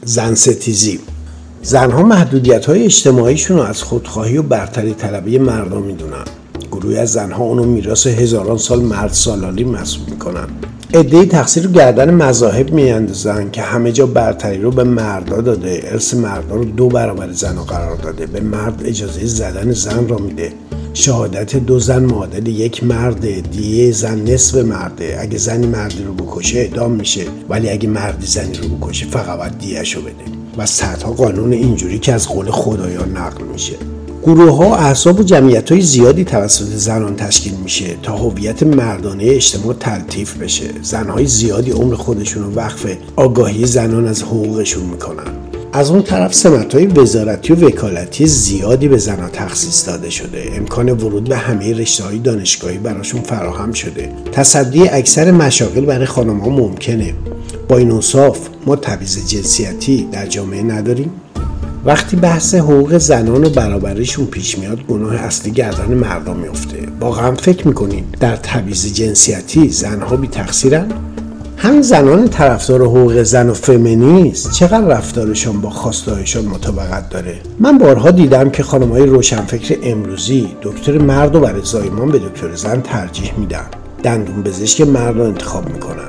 زن ستیزی. زنها محدودیت‌های اجتماعیشون رو از خودخواهی و برتری طلبی مردان میدونن. گروهی از زنها اونو میراث هزاران سال مرد سالاری محسوب میکنن. عده‌ای تقصیر رو گردن مذاهب میاندازن که همه جا برتری رو به مردا داده، ارث مردان رو 2 برابر زنها قرار داده، به مرد اجازه زدن زن را میده. شهادت 2 زن معادل 1 مرده، دیه زن نصف مرده. اگه زنی مردی رو بکشه اعدام میشه، ولی اگه مردی زنی رو بکشه فقط باید دیه‌شو بده. و صدها قانون اینجوری که از قول خدایان نقل میشه. گروه‌ها، احزاب و جمعیت‌های زیادی توسط زنان تشکیل میشه تا هویت مردانه اجتماع تلطیف بشه. زنهای زیادی عمر خودشون رو وقف آگاهی زنان از حقوقشون میکنن. از اون طرف سمت‌های وزارتی و وکالتی زیادی به زنها تخصیص داده شده. امکان ورود به همه رشته‌های دانشگاهی براشون فراهم شده. تصدی اکثر مشاغل برای خانم‌ها ممکنه. با این اوصاف ما تبعیض جنسیتی در جامعه نداریم. وقتی بحث حقوق زنان و برابریشون پیش میاد، گناه اصلی گردن مردم میفته. واقعا فکر میکنین در تبعیض جنسیتی زنها بی تقصیرن؟ همین زنان طرفدار حقوق زن و فمینیست چقدر رفتارشان با خواسته‌هایشان مطابقت داره؟ من بارها دیدم که خانم‌های روشنفکر امروزی دکتر مرد رو برای زایمان به دکتر زن ترجیح میدن. دندون پزشک مرد رو انتخاب میکنن.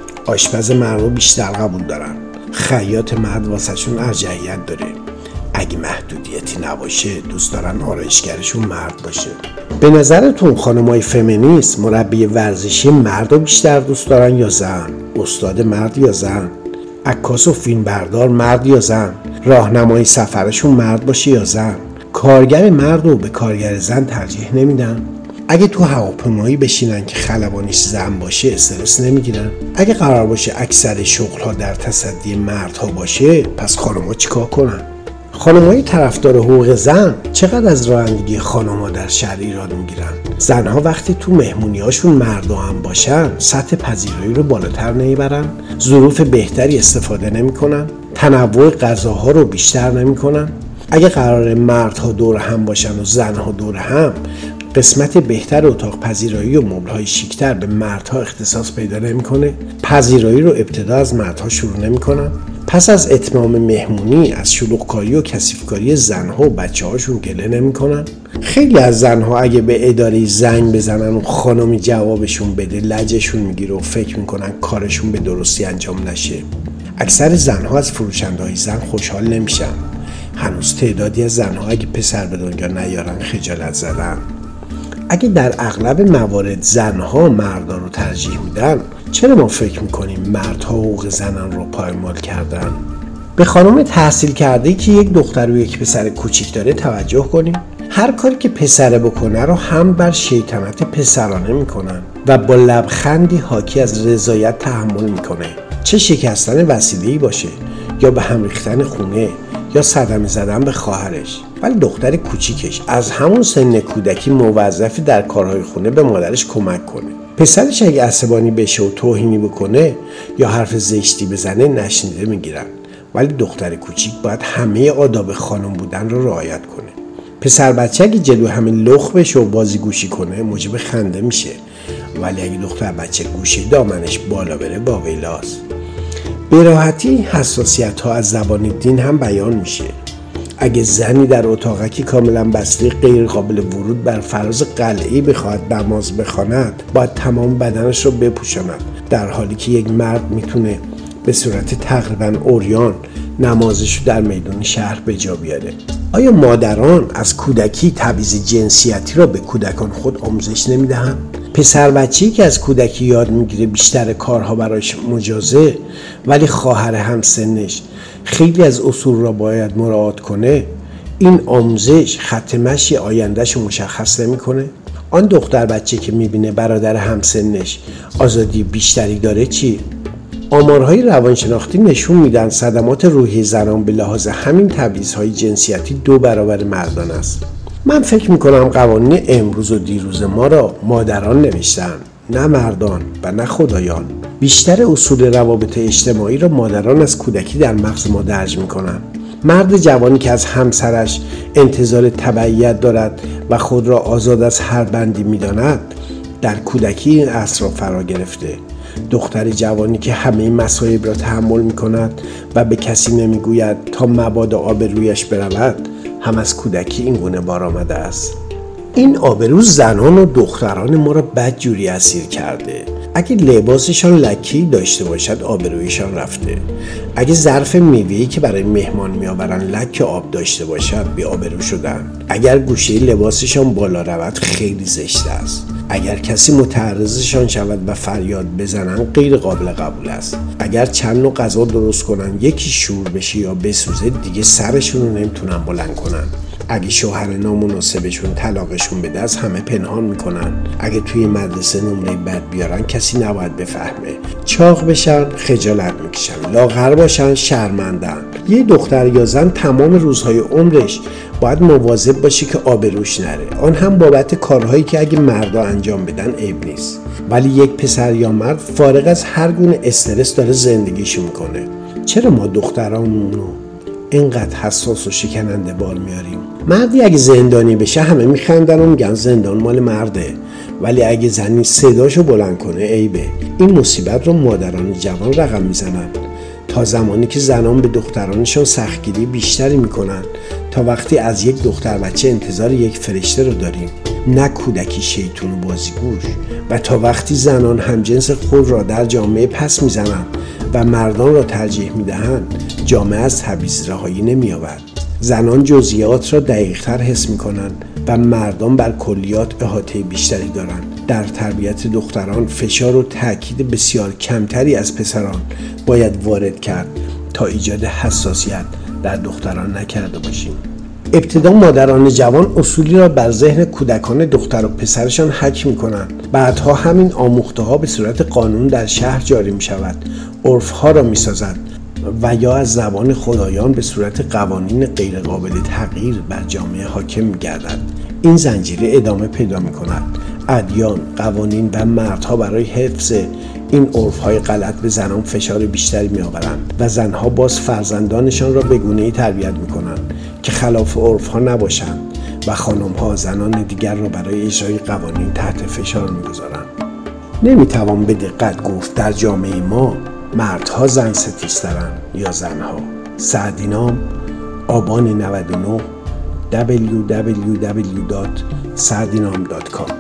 آشپز مرد رو بیشتر قبول دارن. خیاط مرد واسهشون ارجحیت داره. اگه محدودیتی نباشه دوست دارن آرایشگرشون مرد باشه. به نظرتون خانمای فمینیست مربی ورزشی مرد رو بیشتر دوست دارن یا زن؟ استاد مرد یا زن؟ عکاس و فیلمبردار مرد یا زن؟ راهنمای سفرشون مرد باشه یا زن؟ کارگر مرد رو به کارگر زن ترجیح نمیدن؟ اگه تو هواپیمایی بشینن که خلبانیش زن باشه استرس نمیگیرن؟ اگه قرار باشه اکثر شغل‌ها در تصدی مردها باشه، پس خانم‌ها چیکار کنن؟ خانم‌های طرفدار حقوق زن چقدر از رانندگی خانم‌ها در شهر ایران میگیرن؟ زنها وقتی تو مهمونی‌هاشون مردا هم باشن، سطح پذیرایی رو بالاتر نمیبرن؟ ظروف بهتری استفاده نمیکنن؟ تنوع غذاها رو بیشتر نمیکنن؟ اگه قرار مردها دور هم باشن و زنها دور هم، قسمت بهتر اتاق پذیرایی و مبل‌های شیک‌تر به مردها اختصاص پیدا نمیکنه؟ پذیرایی رو ابتدا از مردها شروع نمیکنن؟ پس از اتمام مهمونی از شلوغکاری و کثیفکاری زنها و بچه‌هاشون گله نمی‌کنن؟ خیلی از زنها اگه به اداره زنگ بزنن و خانمی جوابشون بده لجشون میگیره و فکر میکنن کارشون به درستی انجام نشه. اکثر زنها از فروشنده‌های زن خوشحال نمیشن. هنوز تعدادی از زنها اگه پسر به دنیا نیارن خجالت زدن. اگه در اغلب موارد زنها مردان رو ترجیح میدن، چرا ما فکر میکنیم مردها حقوق زنان رو پایمال کردن؟ به خانم تحصیل کرده که یک دختر و یک پسر کوچیک داره توجه کنیم. هر کاری که پسره بکنه رو هم بر شیطنت پسرانه میکنن و با لبخندی حاکی از رضایت تحمل میکنه. چه شکستن وسیله‌ای باشه، یا به هم ریختن خونه، یا صدمه زدن به خواهرش. ولی دختر کوچیکش از همون سن کودکی موظفی در کارهای خونه به مادرش کمک کنه. پسرش اگه عصبانی بشه و توهینی بکنه یا حرف زشتی بزنه نشنیده میگیرن. ولی دختر کوچیک باید همه آداب خانم بودن رو رعایت کنه. پسر بچه اگه جلو همه لخ بشه و بازی گوشی کنه موجب خنده میشه، ولی اگه دختر بچه گوشی دامنش بالا بره با ویلاست. به راحتی حساسیت ها از زبان دین هم بیان میشه. اگه زنی در اتاقکی کاملا بسته غیر قابل ورود بر فراز قلعه‌ای بخواهد نماز بخواند، باید تمام بدنش رو بپوشاند، در حالی که یک مرد میتونه به صورت تقریبا عریان نمازش رو در میدان شهر به جا بیاره. آیا مادران از کودکی تبعیض جنسیتی را به کودکان خود آموزش نمیدهند؟ پسر بچه‌ای که از کودکی یاد میگیره بیشتر کارها برایش مجازه، ولی خواهر همسنش خیلی از اصول را باید مراعات کنه، این آموزش خط مشی آیندهش رو مشخص نمیکنه؟ آن دختر بچه که میبینه برادر همسنش آزادی بیشتری داره چی؟ آمارهای روانشناختی نشون میدن صدمات روحی زنان به لحاظ همین تبعیض‌های جنسیتی 2 برابر مردان است. من فکر میکنم قوانین امروز و دیروز ما را مادران نوشتن، نه مردان و نه خدایان. بیشتر اصول روابط اجتماعی را مادران از کودکی در مغز ما درج میکنن. مرد جوانی که از همسرش انتظار تبعیت دارد و خود را آزاد از هر بندی میداند، در کودکی این اصل را فرا گرفته. دختر جوانی که همه مصایب را تحمل می کند و به کسی نمی گوید تا مبادا آبرویش برود، هم از کودکی این گونه بار آمده است. این آبرو زنان و دختران ما را بدجوری اسیر کرده. اگه لباسشان لکی داشته باشد آبرویشان رفته. اگه ظرف میوه‌ای که برای مهمان میآورن لک آب داشته باشد بی آبرو شدن. اگر گوشه لباسشان بالا رود خیلی زشت است. اگر کسی متعرضشان شود و فریاد بزنن غیر قابل قبول است. اگر چند نوع غذا درست کنن یکی شور بشه یا بسوزه دیگه سرشون رو نمیتونن بلند کنن. اگه شوهر نامناسبشون طلاقشون بده از همه پنهان میکنن. اگه توی مدرسه نمره بد بیارن کسی نباید بفهمه. چاق بشن خجالت میکشن، لاغر باشن شرمندن. یه دختر یا زن تمام روزهای عمرش باید مواظب باشه که آبروش نره، آن هم بابت کارهایی که اگه مردا انجام بدن عیب نیست. ولی یک پسر یا مرد فارغ از هر گونه استرس داره زندگیشو میکنه. چرا ما دخترامونو اینقدر حساس و شکننده بار میاریم؟ مردی اگه زندانی بشه همه میخندن و میگن زندان مال مرده، ولی اگه زنی صداشو بلند کنه عیبه. این مصیبت رو مادران جوان رقم میزنن. تا زمانی که زنان به دخترانشون سختگیری بیشتری میکنن تا وقتی از یک دختر بچه انتظار یک فرشته رو داریم، نه کودکی شیطون و بازیگوش. و تا وقتی زنان همجنس خود را در جامعه پس میزنن و مردان را ترجیح میدهند، جامعه از تبعیض رهایی نمی‌یابد. زنان جزئیات را دقیق‌تر حس می‌کنند و مردان بر کلیات احاطه بیشتری دارند. در تربیت دختران فشار و تاکید بسیار کمتری از پسران باید وارد کرد تا ایجاد حساسیت در دختران نکرده باشیم. ابتدا مادران جوان اصولی را بر ذهن کودکان دختر و پسرشان حک می‌کنند. بعدها همین آموخته‌ها به صورت قانون در شهر جاری می‌شود، عرف‌ها را می‌سازد و یا از زبان خدایان به صورت قوانین غیر قابل تغییر بر جامعه حاکم می‌گردد. این زنجیره ادامه پیدا می‌کند. ادیان، قوانین و مردها برای حفظ این عرف‌های غلط به زنان فشار بیشتری می‌آورند و زنها باز فرزندانشان را به گونه‌ای تربیت می‌کنند که خلاف عرف‌ها نباشند و خانم‌ها زنان دیگر را برای اجرای قوانین تحت فشار می‌گذارند. نمی‌توان به دقت گفت در جامعه ما مردها زن ستیزترند یا زنها. سعدینام، آبان 99 www.sardinam.com